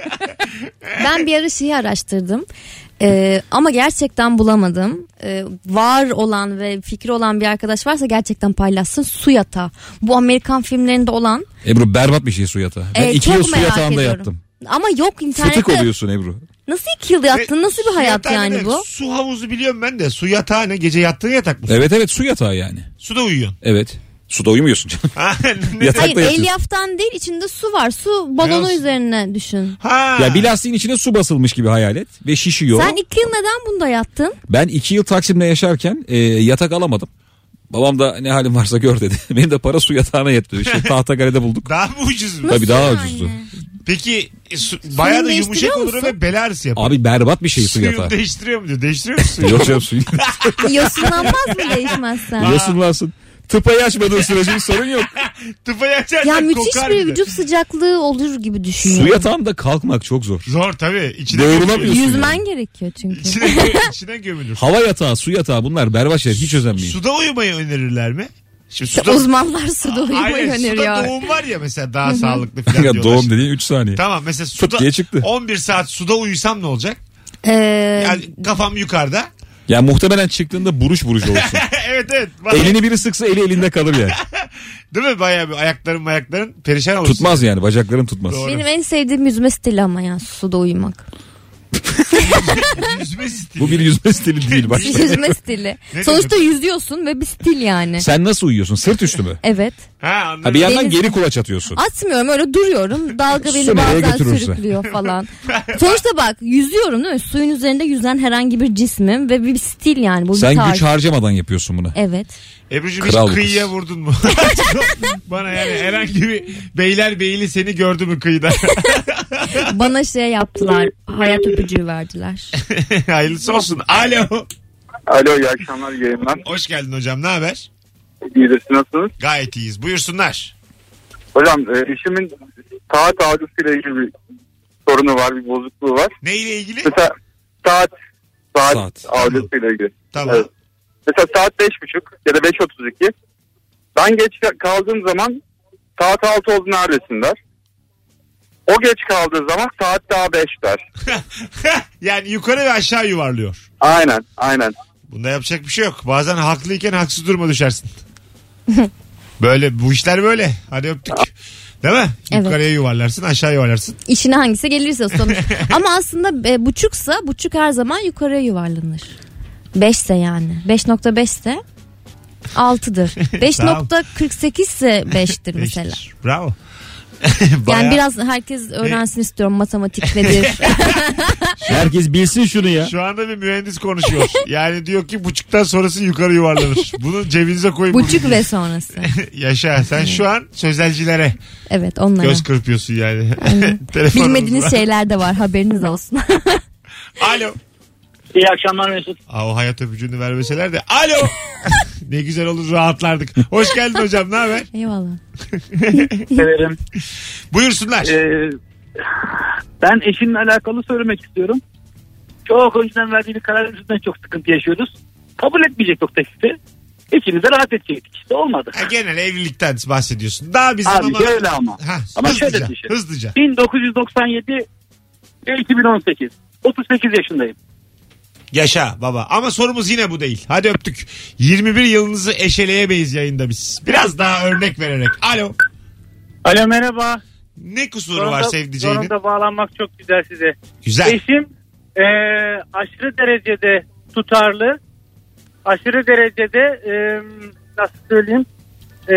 Ben bir ara şeyi araştırdım. Ee, ama gerçekten bulamadım. Ee, var olan ve fikri olan bir arkadaş varsa gerçekten paylaşsın. Su yatağı. Bu Amerikan filmlerinde olan. Ebru berbat bir şey su yatağı. Ben Ee, iki çok yıl su merak yatağında ediyorum. yattım. Ama yok internette. Fıtık oluyorsun Ebru. Nasıl iki yıl yattın? Ve Nasıl bir su hayat yatağı yani ne? bu? Su havuzu biliyorum ben de. Su yatağı ne? Gece yattığın yatak mı? Evet evet su yatağı yani. Suda uyuyorsun. Evet. Suda uyumuyorsun canım. Ha, ne- Yatak- Hayır Yatakta yatıyorsun. elyaftan değil içinde su var. Su balonu olsun? üzerine düşün. ha. Ya bir lastiğin içine su basılmış gibi hayal et. Ve şişiyor. Sen iki yıl neden bunda yattın? Ben iki yıl Taksim'de yaşarken e, yatak alamadım. Babam da ne halin varsa gör dedi. Benim de para su yatağına yetti. İşte Tahtakale'de bulduk. Daha mı ucuz mu? Tabii daha yani? ucuzdu. Peki e, su, bayağı da yumuşak değiştiriyor olur musun? ve bel ağrısı yapar. Abi berbat bir şey su Suyunu yatağı. değiştiriyor mu diyor. Değiştiriyor musun? Yok canım suyu. Yosunlanmaz mı değişmezsen? Yosunlansın. Tıpayı açmadığın sürece bir sorun yok. Tıpayı açarsan Ya müthiş kokar bir bir de. vücut sıcaklığı olur gibi Su düşünüyorum. yatağında kalkmak çok zor. Zor tabii. İçine Doğrulamıyorsun. gömülür. Yüzmen gerekiyor çünkü. İçine, içine gömülür. Hava yatağı, su yatağı bunlar berbat şeyler. Hiç özenmeyin. Suda uyumayı önerirler mi? Şimdi İşte suda, uzmanlar suda uyumayı Aynen, öneriyor. suda doğum var ya mesela daha sağlıklı falan Ya diyorlar. doğum dediğin üç saniye. Tamam mesela Fıt suda diye çıktı. on bir saat suda uyusam ne olacak? Ee, Yani kafam yukarıda. Ya muhtemelen çıktığında buruş buruş olsun. Evet evet. Vallahi- Elini biri sıksa eli elinde kalır yani. Değil mi? Bayağı bir ayakların ayakların perişan olursun. Tutmaz yani, bacakların tutmaz. Doğru. benim en sevdiğim yüzme stili ama ya suda uyumak. Yüzme stili. Bu bir yüzme stili değil. Bak. Yüzme stili. Ne Sonuçta demek? yüzüyorsun ve bir stil yani. Sen nasıl uyuyorsun? Sırt üstü mü? Evet. Ha anladım. Ha bir yandan Deniz- geri kulaç atıyorsun. Atmıyorum, öyle duruyorum. Dalga beni Su nereye bazen götürürse. sürüklüyor falan. Sonuçta bak yüzüyorum değil mi? Suyun üzerinde yüzen herhangi bir cismim ve bir stil yani. Bu bir Sen tarz. güç harcamadan yapıyorsun bunu. Evet. Ebru'cum hiç Kral bu kıyıya kız. vurdun mu? Bana yani herhangi bir beyler beyli seni gördü mü kıyıda? Bana şey yaptılar. Hayat öpücüğü verdiler. Hayırlısı olsun. Alo. Alo, iyi akşamlar, yayınlar. Hoş geldin hocam, ne haber? İyidir, siz nasılsınız? Gayet iyiyiz. Buyursunlar. Hocam e, eşimin saat algısıyla ilgili bir sorunu var, bir bozukluğu var. Neyle ilgili? Mesela saat, saat, Saat. algısıyla ilgili. Tamam. Evet. Mesela saat beş buçuk ya da beş otuz iki. Ben geç kaldığım zaman saat altı oldu neredesin der. O geç kaldığı zaman saat daha beş der. Yani yukarı ve aşağı yuvarlıyor. Aynen, aynen. Bunda yapacak bir şey yok. Bazen haklıyken haksız duruma düşersin. Böyle bu işler böyle. Hadi öptük. Değil mi? Evet. Yukarıya yuvarlarsın, aşağı yuvarlarsın. İşine hangisi gelirse sonuç. Ama aslında e, buçuksa buçuk her zaman yukarıya yuvarlanır. Beşse yani. Beş nokta beşse altıdır. Beş nokta kırk sekizse beştir mesela. Beştir. Bravo. Yani Bayağı- biraz herkes öğrensin istiyorum matematik nedir. Herkes bilsin şunu ya. Şu anda bir mühendis konuşuyor. Yani diyor ki buçuktan sonrası yukarı yuvarlanır. Bunu cebinize koyun. Buçuk bunu. ve sonrası. Yaşa. Sen şu an sözelcilere Evet onlara. göz kırpıyorsun yani. Telefonumuz Bilmediğiniz var. şeyler de var, haberiniz olsun. Alo. İyi akşamlar Mesut. Aa, o hayat öpücüğünü vermeseler de. Alo. Ne güzel olur, rahatlardık. Hoş geldin hocam, ne haber? Eyvallah. Severim. Buyursunlar. Ee, ben eşimle alakalı söylemek istiyorum. Çok önceden verdiği bir karar yüzünden çok sıkıntı yaşıyoruz. Kabul etmeyecek o teklifi. İkimiz de rahat edecektik. İşte olmadı. Ha, genel evlilikten bahsediyorsun. Daha bizim Abi ama... şöyle ama. Ha, Ama hızlıca, şöyle düşün. hızlıca. bin dokuz yüz doksan yedi ve iki bin on sekiz. otuz sekiz yaşındayım. Yaşa baba. Ama sorumuz yine bu değil. Hadi öptük. yirmi bir yılınızı eşeleyemeyiz yayında biz. Biraz daha örnek vererek. Alo. Alo merhaba. Ne kusuru var sevdiceğinin? Sonunda bağlanmak çok güzel size. Güzel. Eşim e, aşırı derecede tutarlı. Aşırı derecede e, nasıl söyleyeyim e,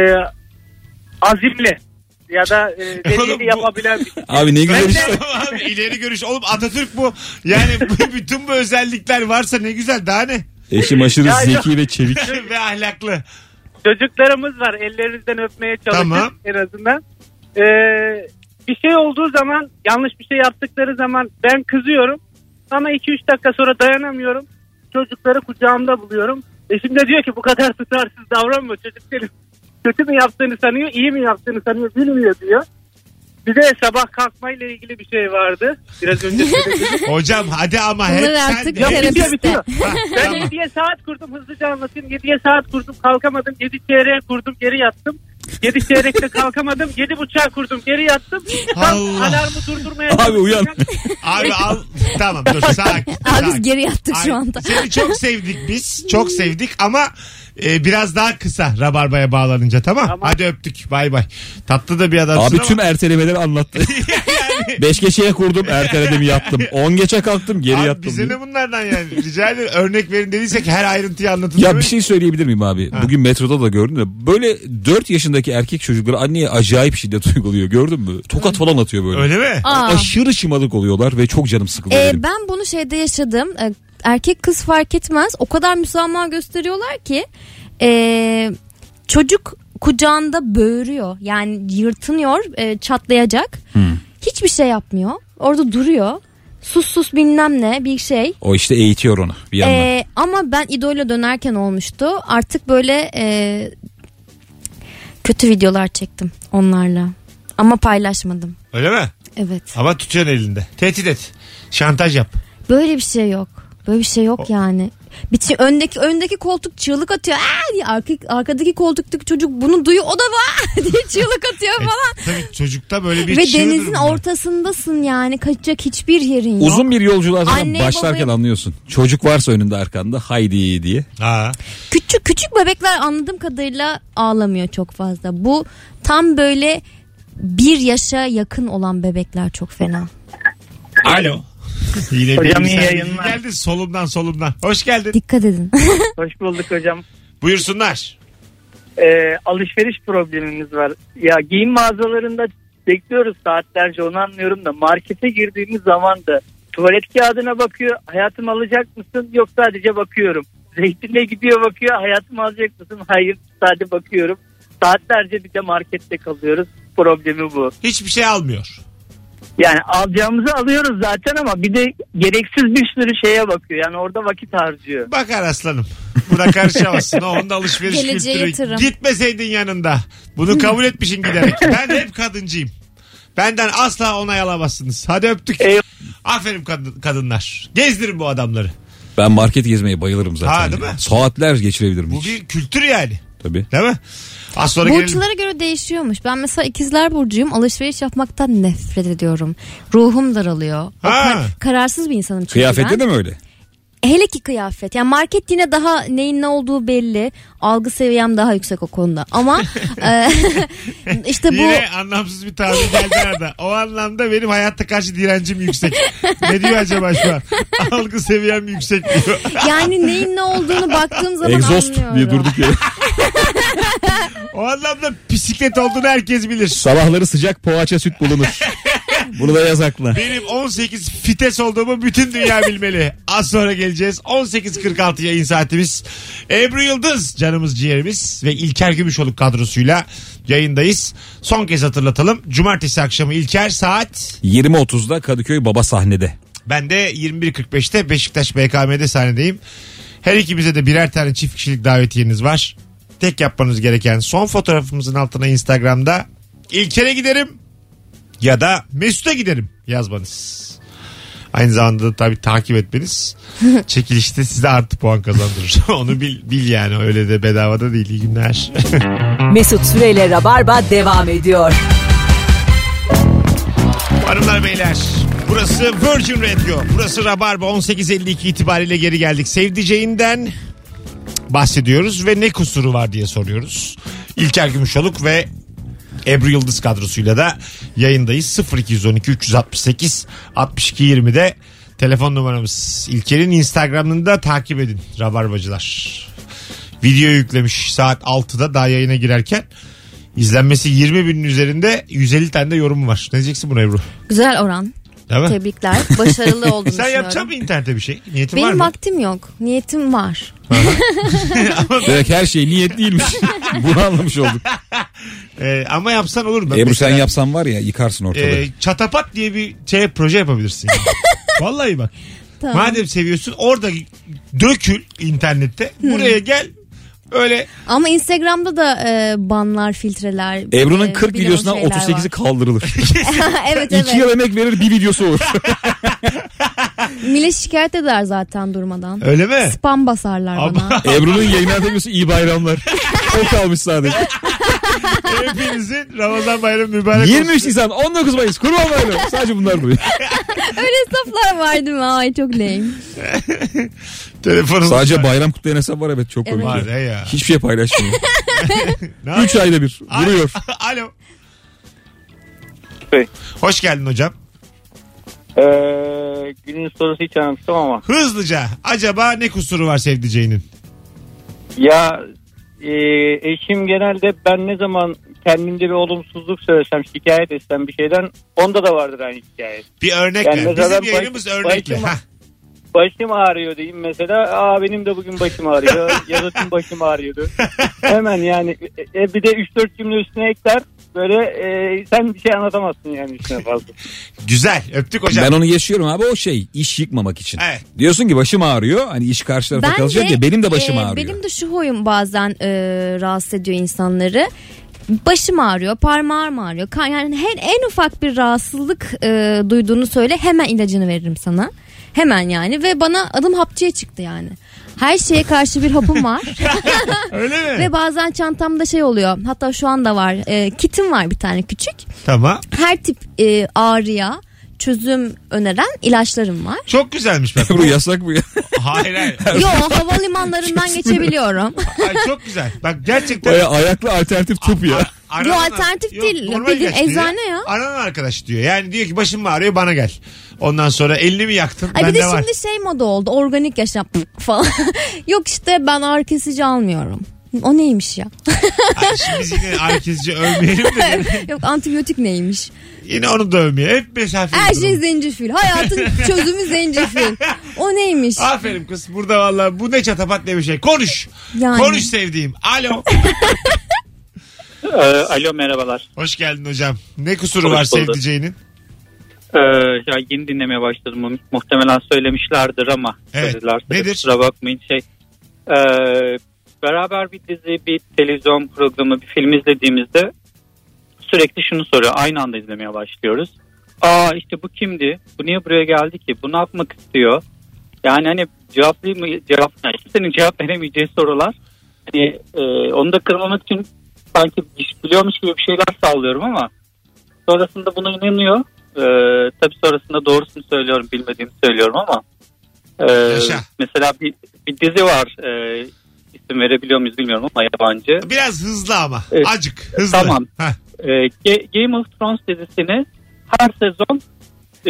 azimli. Ya da e, Oğlum bu- dediğini yapabilen bir Abi ne güzel Ben işte. de abi ileri görüş. Oğlum Atatürk bu. Yani bu- bütün bu özellikler varsa ne güzel, daha ne? Eşim aşırı Ya yok. zeki ve çevik. Ve ahlaklı. Çocuklarımız var. Ellerinizden öpmeye çalışın Tamam. en azından. Ee, bir şey olduğu zaman, yanlış bir şey yaptıkları zaman ben kızıyorum. Ama iki üç dakika sonra dayanamıyorum. Çocukları kucağımda buluyorum. Eşim de diyor ki bu kadar tutarsız davranma. Çocuk senin kötü mü yaptığını sanıyor, iyi mi yaptığını sanıyor, bilmiyor diyor. Bir de sabah kalkmayla ilgili bir şey vardı. Biraz önce söyledim. Hocam hadi ama hep Bunları sen artık de. Yok, terapiste. bitiyor, bitiyor. Ha, Ben tamam. yediye saat kurdum, hızlıca anlatayım. yediye saat kurdum, kalkamadım. yedi çeyreğe kurdum, geri yattım. yedi çeyrekte kalkamadım. yedi buçuğa kurdum, geri yattım. Tam Allah. alarmı durdurmaya Abi uyan. Abi al. Tamam dur sakin. Abi sakin. biz geri yattık Ay, şu anda. Seni çok sevdik biz. Çok sevdik ama e, biraz daha kısa Rabarba'ya bağlanınca, tamam? Tamam. Hadi öptük. Bay bay. Tatlı da bir adamsın Abi ama. tüm ertelemeleri anlattı. yani, Beş geçeye kurdum, erteledim yattım. On geçe kalktım, geri abi yattım. bize diyor. ne bunlardan yani? Rica ederim örnek verin dediysek her ayrıntıyı anlatın. Ya bir şey söyleyebilir miyim abi? Ha. Bugün metroda da gördüm de böyle dört yaşındaki erkek çocukları anneye acayip şiddet uyguluyor. Gördün mü? Tokat falan atıyor böyle. Öyle mi? Aa. Aşırı şımarık oluyorlar ve çok canım sıkılıyor Ee, benim. ben bunu şeyde yaşadım. Ee, erkek kız fark etmez. O kadar müsamaha gösteriyorlar ki ee, çocuk kucağında böğürüyor. Yani yırtınıyor, ee, çatlayacak. Hmm. Hiçbir şey yapmıyor. Orada duruyor. Sus sus bilmem ne bir şey. O işte eğitiyor onu bir yandan. Ee, ama ben İdo'yla dönerken olmuştu. Artık böyle ee, Kötü videolar çektim onlarla. Ama paylaşmadım. Öyle mi? Evet. Ama tutuyorsun elinde. Tehdit et. Şantaj yap. Böyle bir şey yok. Böyle bir şey yok o... yani. Bir öndeki öndeki koltuk çığlık atıyor. Aa diye arka, arkadaki koltuktaki çocuk bunu duyuyor. O da var diye çığlık atıyor falan. E, tabii çocukta böyle bir ve denizin var. Ortasındasın yani. Kaçacak hiçbir yerin yok. Uzun bir yolculuğa zaten Anne, başlarken babayı... anlıyorsun. Çocuk varsa önünde arkanda haydi diye. Ha. Küçük küçük bebekler anladığım kadarıyla ağlamıyor çok fazla. Bu tam böyle bir yaşa yakın olan bebekler çok fena. Alo. Yine hocam bir iyi yayınlar. Geldi solumdan solumdan. Hoş geldin. Dikkat edin. Hoş bulduk hocam. Buyursunlar. Ee, alışveriş problemimiz var. Ya giyim mağazalarında bekliyoruz saatlerce, onu anlıyorum da markete girdiğimiz zaman da tuvalet kağıdına bakıyor. Hayatım alacak mısın? Yok, sadece bakıyorum. Zeytinle gidiyor, bakıyor. Hayatım alacak mısın? Hayır, sadece bakıyorum. Saatlerce bir de markette kalıyoruz. Problemi bu. Hiçbir şey almıyor. Yani alacağımızı alıyoruz zaten ama bir de gereksiz bir sürü şeye bakıyor. Yani orada vakit harcıyor. Bakar aslanım. Buna karışamazsın. O onda alışveriş Geleceğe kültürü. yatırım. Gitmeseydin yanında. Bunu kabul etmişsin giderek. Ben hep kadıncıyım. Benden asla onay alamazsınız. Hadi öptük. Eyvallah. Aferin kadın, kadınlar. Gezdirin bu adamları. Ben market gezmeye bayılırım zaten. Ha, değil mi? Saatler geçirebilirim. Bu hiç. bir kültür yani. Tabii. Değil mi? Az sonra Burçlara gelelim. göre değişiyormuş. Ben mesela ikizler burcuyum. Alışveriş yapmaktan nefret ediyorum. Ruhum daralıyor. O Ha. kar- kararsız bir insanım çünkü Kıyafette ben. de mi öyle? Hele ki kıyafet. Yani market yine daha neyin ne olduğu belli. Algı seviyem daha yüksek o konuda. Ama e, işte bu... Yine anlamsız bir tabir geldi arada. O anlamda benim hayatta karşı direncim yüksek. Ne diyor acaba şu an? Algı seviyem yüksek diyor. Yani neyin ne olduğunu baktığım zaman Egzost anlıyorum. diye durduk ya. O anlamda bisiklet olduğunu herkes bilir. Sabahları sıcak poğaça süt bulunur. Bunu da yaz aklına. Benim on sekiz fites olduğumu bütün dünya bilmeli. Az sonra geleceğiz. on sekiz kırk altı yayın saatimiz. Ebru Yıldız canımız ciğerimiz ve İlker Gümüşoluk kadrosuyla yayındayız. Son kez hatırlatalım. Cumartesi akşamı İlker saat yirmi otuzda Kadıköy Baba sahnede. ben de yirmi bir kırk beşte Beşiktaş B K M'de sahnedeyim. Her ikimize de birer tane çift kişilik davetiyeniz var. Tek yapmanız gereken son fotoğrafımızın altına Instagram'da İlker'e giderim ya da Mesut'a giderim yazmanız. Aynı zamanda da tabii takip etmeniz çekilişte size artı puan kazandırır. Onu bil, bil yani, öyle de bedavada değil. İyi günler. Mesut Süreyle Rabarba devam ediyor. Hanımlar beyler, burası Virgin Radio, burası Rabarba. On sekiz elli iki itibariyle geri geldik. Sevdiceğinden bahsediyoruz ve ne kusuru var diye soruyoruz. İlker Gümüşoluk ve Ebru Yıldız kadrosuyla da yayındayız. sıfır iki on iki üç altı sekiz altmış iki yirmide telefon numaramız. İlker'in Instagram'ını da takip edin Rabarbacılar. Video yüklemiş saat altıda daha yayına girerken. İzlenmesi yirmi binin üzerinde, yüz elli tane de yorum var. Ne diyeceksin buna Ebru? Güzel oran. Değil mi? Tebrikler. Başarılı olduğunu Sen düşünüyorum. yapacak mısın internette bir şey? Niyetin Benim var mı? vaktim yok. Niyetim var. Demek her şey niyet değilmiş. Bunu anlamış olduk. Ee, ama yapsan olur mu? Ebru Mesela, sen yapsan var ya yıkarsın ortalığı. e, çatapat diye bir şey, proje yapabilirsin. Yani. Vallahi bak. Tamam. Madem seviyorsun orada dökül internette. Buraya gel. Öyle Ama Instagram'da da e, banlar, filtreler. Ebru'nun e, kırk bir de o videosundan şeyler otuz sekizi var. kaldırılır. Evet evet. İki yıl emek verir bir videosu olur. Millet şikayet eder zaten durmadan. öyle mi? Spam basarlar Ama- bana. Ebru'nun yayınlanan videosu iyi bayramlar. O kalmış sadece. Hepinizin Ramazan bayramı mübarek yirmi üç olsun. Nisan on dokuz Mayıs Kurban Bayramı. Sadece bunlar duruyor. Öyle hesaplar var değil mi? Ay çok lame. Telefonumuz Sadece var. bayram kutlayan hesap var, evet çok komik. Var ya. he ya. Hiçbir şey paylaşmıyor. Ne Üç ayda bir Alo. vuruyor. Alo. Bey. Hoş geldin hocam. Ee, günün sorusu hiç anlatmıştım ama. Hızlıca. Acaba ne kusuru var sevdiceğinin? Ya e, eşim genelde ben ne zaman kendimde bir olumsuzluk söylesem, şikayet etsem bir şeyden, onda da vardır aynı şikayet. Bir örnek Yani ver. mesela Bizim baş- yayınımız örnekle. başıma- Hah. Başım ağrıyor diyeyim mesela. Aa benim de bugün başım ağrıyor. Ya da tüm başım ağrıyordu. Hemen yani e, bir de üç dört cümle üstüne ekler. Böyle e, sen bir şey anlatamazsın yani üstüne fazla. Güzel. Öptük hocam. Ben onu yaşıyorum abi, o şey iş yıkmamak için. Evet. Diyorsun ki başım ağrıyor. Hani iş karşı tarafa kalacak ya, benim de başım e, ağrıyor. Benim de şu huyum bazen e, rahatsız ediyor insanları. Başım ağrıyor, parmağım ağrıyor. Kan- Yani her en ufak bir rahatsızlık e, duyduğunu söyle, hemen ilacını veririm sana. Hemen yani, ve bana adım hapçıya çıktı yani. Her şeye karşı bir hapım var. Öyle mi? Ve bazen çantamda şey oluyor. Hatta şu anda var. E, kitim var bir tane küçük. Tamam. Her tip e, ağrıya çözüm öneren ilaçlarım var. Çok güzelmiş bak. Ebru yasak bu ya. Hayır hayır. Yo, havalimanlarından geçebiliyorum. Ay, çok güzel. Bak gerçekten. Baya ayaklı alternatif tıp ya. Aranın- Yo, alternatif Yok, değil. normal Bildiğin ilaç diyor eczane ya. Aranın arkadaş diyor. Yani diyor ki başım mı ağrıyor, bana gel. Ondan sonra elini mi yaktın? Ay bir Bende de var. şimdi şey moda oldu. Organik yaşam falan. Yok işte ben ağrı kesici almıyorum. O neymiş ya? Ay, şimdi biz yine ağrı kesici övmeyelim de. Yok, antibiyotik neymiş? Yine onu da övmeyelim. Hep mesafeli Her duralım. şey zencefil. Hayatın çözümü zencefil. O neymiş? Aferin kız. Burada vallahi bu ne çatapat ne bir şey. Konuş. Yani. Konuş sevdiğim. Alo. Ee, alo merhabalar. Hoş geldin hocam. Ne kusuru Hoş var bulduk. sevdiceğinin? Ee, ya yeni dinlemeye başladım. Mu- Muhtemelen söylemişlerdir ama. Evet. söyledilerse de Nedir? Kusura bakmayın. Şey, ee, beraber bir dizi, bir televizyon programı, bir film izlediğimizde sürekli şunu soruyor. Aynı anda izlemeye başlıyoruz. Aa işte bu kimdi? Bu niye buraya geldi ki? Bu ne yapmak istiyor? Yani hani cevaplayayım mı? Cevap, yani kimsenin cevap veremeyeceği sorular. Hani, e, onu da kırmamak için sanki biliyormuş gibi bir şeyler sağlıyorum ama sonrasında buna inanıyor. Ee, tabii sonrasında doğrusunu söylüyorum, bilmediğimi söylüyorum ama e, Yaşa. mesela bir, bir dizi var. E, isim verebiliyor muyuz bilmiyorum ama yabancı. Biraz hızlı ama. Evet. Acık. Hızlı. Tamam. Heh. E, Ga- Game of Thrones dizisini her sezon e,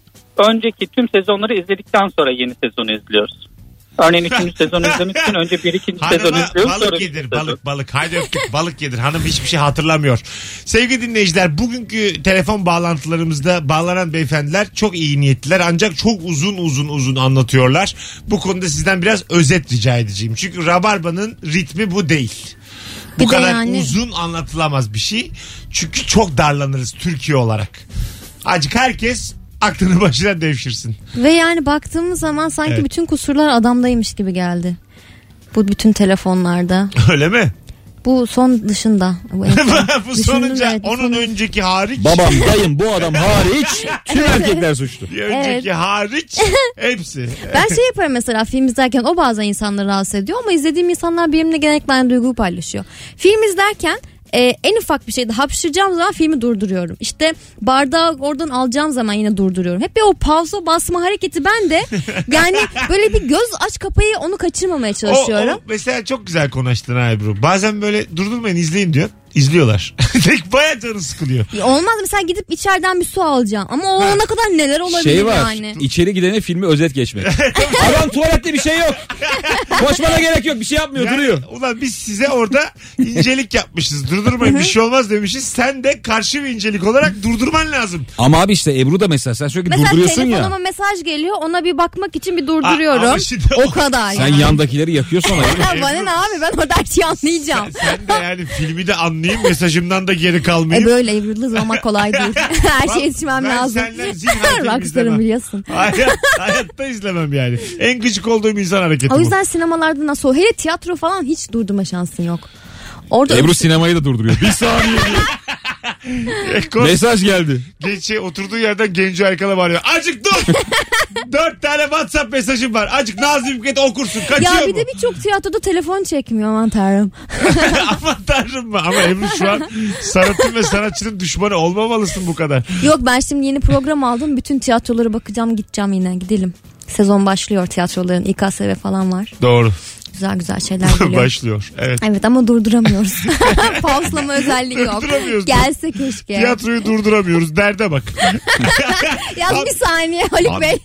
önceki tüm sezonları izledikten sonra yeni sezonu izliyoruz. Örneğin üçüncü sezonu izlemek için önce bir ikinci sezonu Hanıma izliyoruz. sonra balık üçüncü yedir sezon. balık balık. Haydi öptük balık yedir. Hanım hiçbir şey hatırlamıyor. Sevgili dinleyiciler, bugünkü telefon bağlantılarımızda bağlanan beyefendiler çok iyi niyetliler ancak çok uzun uzun uzun anlatıyorlar. Bu konuda sizden biraz özet rica edeceğim. Çünkü Rabarba'nın ritmi bu değil. Bu Bir de kadar yani- uzun anlatılamaz bir şey. Çünkü çok darlanırız Türkiye olarak. Acık herkes aklını başına devşirsin. Ve yani baktığımız zaman sanki Evet. bütün kusurlar adamdaymış gibi geldi. Bu bütün telefonlarda. Öyle mi? Bu son dışında. Bu, en son. Bu Düşündüm, sonunca evet, onun sonunca. önceki hariç. Babam, dayım, bu adam hariç tüm erkekler suçlu. Bir önceki Evet. hariç hepsi. Ben şey yaparım mesela, film izlerken o bazen insanları rahatsız ediyor ama izlediğim insanlar benimle genellikle aynı duyguyu paylaşıyor. Film izlerken e, en ufak bir şeyde hapşıracağım zaman filmi durduruyorum. İşte bardağı oradan alacağım zaman yine durduruyorum. Hep bir o pauza basma hareketi bende. Yani böyle bir göz aç kapayı onu kaçırmamaya O, çalışıyorum. o mesela çok güzel konuştun ha Ebru. Bazen böyle durdurmayın izleyin diyor. İzliyorlar. Tek bayağı canı sıkılıyor. Olmaz, mesela gidip içeriden bir su alacağım. Ama o olana kadar neler olabilir Şey var, yani. içeri gidene filmi özet geçmek. Adam tuvalette bir şey yok. Koşmana gerek yok, bir şey yapmıyor, Yani, duruyor. ulan biz size orada incelik yapmışız. Durdurmayın bir şey olmaz demişiz. Sen de karşı bir incelik olarak durdurman lazım. Ama abi işte Ebru da mesela sen sürekli Mesela durduruyorsun telefonuma ya. mesaj geliyor, ona bir bakmak için bir Aa, durduruyorum. ama şimdi O kadar Sen yani. yandakileri yakıyorsun ama. Bana ne abi, ben orada her şeyi anlayacağım. sen de yani filmi de anlayayım, mesajımdan da geri kalmayayım. E böyle Ebru'lu olmak kolay değil. Her Bak, şeye yetişmem ben lazım. senden zinhar film Rockstar'ım izlemem. biliyorsun. Hayat, hayatta izlemem yani. En gıcık olduğum insan hareketi O bu. yüzden sinemalarda nasıl, hele tiyatro falan hiç durdurma şansın yok. Orada Ebru sinemayı da durduruyor. Bir saniye diye. E, koş- Mesaj geldi. Geçe oturduğu yerden Genco Aykal'a bağırıyor. Acık dur. Dört tane WhatsApp mesajım var. Acık Nazım Hikmet okursun. Kaçıyor ya bir bu. de birçok tiyatroda telefon çekmiyor, aman tanrım. Aman tanrım mı? Ama Ebru şu an sanatın ve sanatçının düşmanı olmamalısın bu kadar. Yok, ben şimdi yeni program aldım. Bütün tiyatrolara bakacağım, gideceğim yine, gidelim. Sezon başlıyor tiyatroların, İ K S V falan var. Doğru. Güzel güzel şeyler geliyor. Başlıyor. Evet. Evet ama durduramıyoruz. Pauslama özelliği yok. Durduramıyoruz. Gelse keşke. Tiyatroyu durduramıyoruz. Derde bak. Yaz bir saniye Haluk Abi- Bey.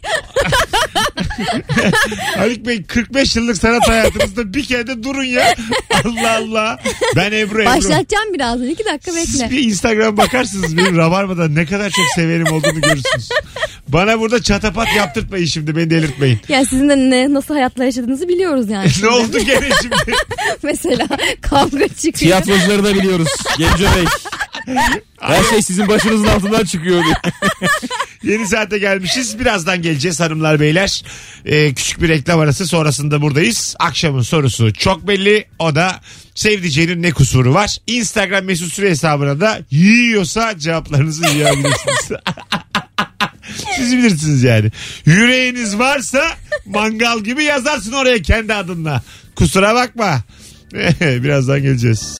Haluk Bey kırk beş yıllık sanat hayatınızda bir kere de durun ya. Allah Allah. Ben Ebru Ebru. Başlatacağım birazdan. iki dakika Siz bekle. bir Instagram bakarsınız benim Rabarba'da ne kadar çok severim olduğunu görürsünüz. Bana burada çatapat yaptırtmayın şimdi, beni delirtmeyin. Ya sizin de ne, nasıl hayatlar yaşadığınızı biliyoruz yani. Ne oldu gene şimdi? Mesela kavga çıkıyor. Tiyatrocuları da biliyoruz. Genco Bey. Her şey sizin başınızın altından çıkıyor diye. Yeni saate gelmişiz. Birazdan geleceğiz hanımlar beyler. Ee, küçük bir reklam arası sonrasında buradayız. Akşamın sorusu çok belli. O da sevdiceğinin ne kusuru var? Instagram mesut süre hesabına da yiyorsa cevaplarınızı yiyebilirsiniz. Siz bilirsiniz yani. Yüreğiniz varsa mangal gibi yazarsın oraya kendi adınla. Kusura bakma. Birazdan geleceğiz.